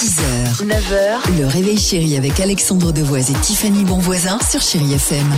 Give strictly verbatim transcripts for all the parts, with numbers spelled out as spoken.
six heures, neuf heures, le réveil chéri avec Alexandre Devoise et Tiffany Bonvoisin sur Chéri F M.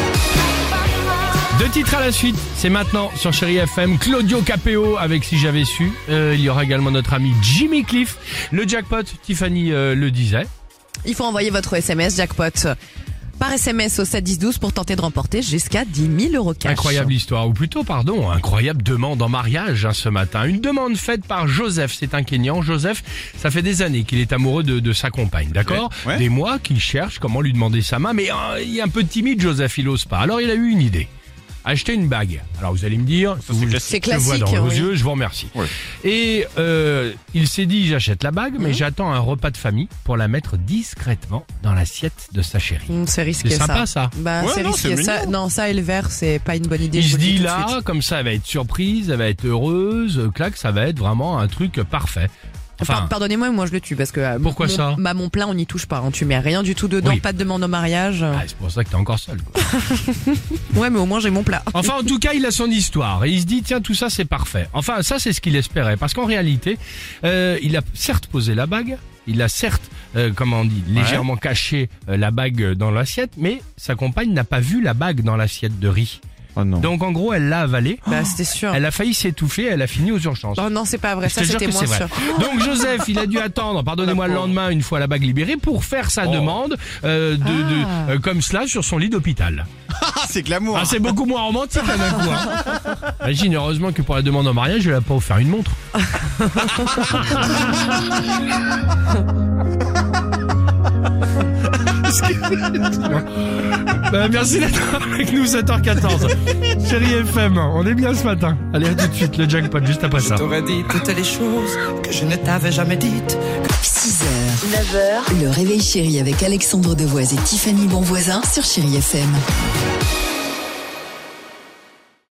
Deux titres à la suite, c'est maintenant sur Chéri F M. Claudio Capéo avec Si j'avais su. Euh, il y aura également notre ami Jimmy Cliff. Le jackpot, Tiffany euh, le disait. Il faut envoyer votre S M S jackpot par S M S au sept dix douze pour tenter de remporter jusqu'à dix mille euros cash. Incroyable histoire, ou plutôt, pardon, incroyable demande en mariage hein, ce matin. Une demande faite par Joseph, c'est un Kényan. Joseph, ça fait des années qu'il est amoureux de, de sa compagne, d'accord ouais, ouais. Des mois qu'il cherche comment lui demander sa main, mais euh, il est un peu timide Joseph, il ose pas. Alors il a eu une idée. Acheter une bague. Alors vous allez me dire, Ça, vous, C'est je vois classique, dans vos oui. yeux, je vous remercie. Ouais. Et euh, il s'est dit, j'achète la bague, mais Mhm. j'attends un repas de famille pour la mettre discrètement dans l'assiette de sa chérie. Hum, c'est risqué C'est ça. sympa, ça. Bah, Ouais, c'est non, risqué c'est ça. mignon. Non, ça et le verre, c'est pas une bonne idée. Il je se vous le dis dit tout de là, suite. comme ça, elle va être surprise, elle va être heureuse, euh, clac, ça va être vraiment un truc parfait. Enfin, Par- Pardonnez-moi, moi je le tue parce que euh, Pourquoi mon, ça Bah mon plat on n'y touche pas. Hein. Tu mets rien du tout dedans, Oui. pas de demande au mariage. ah, c'est pour ça que t'es encore seul. Quoi. Ouais, mais au moins j'ai mon plat. Enfin, en tout cas, il a son histoire et il se dit tiens, tout ça c'est parfait. Enfin, ça c'est ce qu'il espérait, parce qu'en réalité, euh, il a certes posé la bague. Il a certes, euh, comment on dit, légèrement caché euh, la bague dans l'assiette, mais sa compagne n'a pas vu la bague dans l'assiette de riz. Oh non. Donc en gros, elle l'a avalée. Bah c'était sûr. Elle a failli s'étouffer, elle a fini aux urgences. Oh non, c'est pas vrai. Je Ça te jure c'était que moins c'est vrai. sûr. Donc Joseph, il a dû attendre, pardonnez-moi le lendemain, une fois la bague libérée, pour faire sa demande euh, de, Ah. de euh, comme cela sur son lit d'hôpital. Ah, c'est glamour. Ah, c'est beaucoup moins romantique hein, d'un coup. Hein. Imagine, heureusement que pour la demande en mariage, je lui ai pas offert une montre. Bah, merci d'être avec nous, sept heures quatorze. Chéri F M, on est bien ce matin. Allez, à tout de suite, le jackpot, juste après ça. Je t'aurais dit toutes les choses que je ne t'avais jamais dites. six heures, neuf heures, le réveil chéri avec Alexandre Devoise et Tiffany Bonvoisin sur Chéri F M.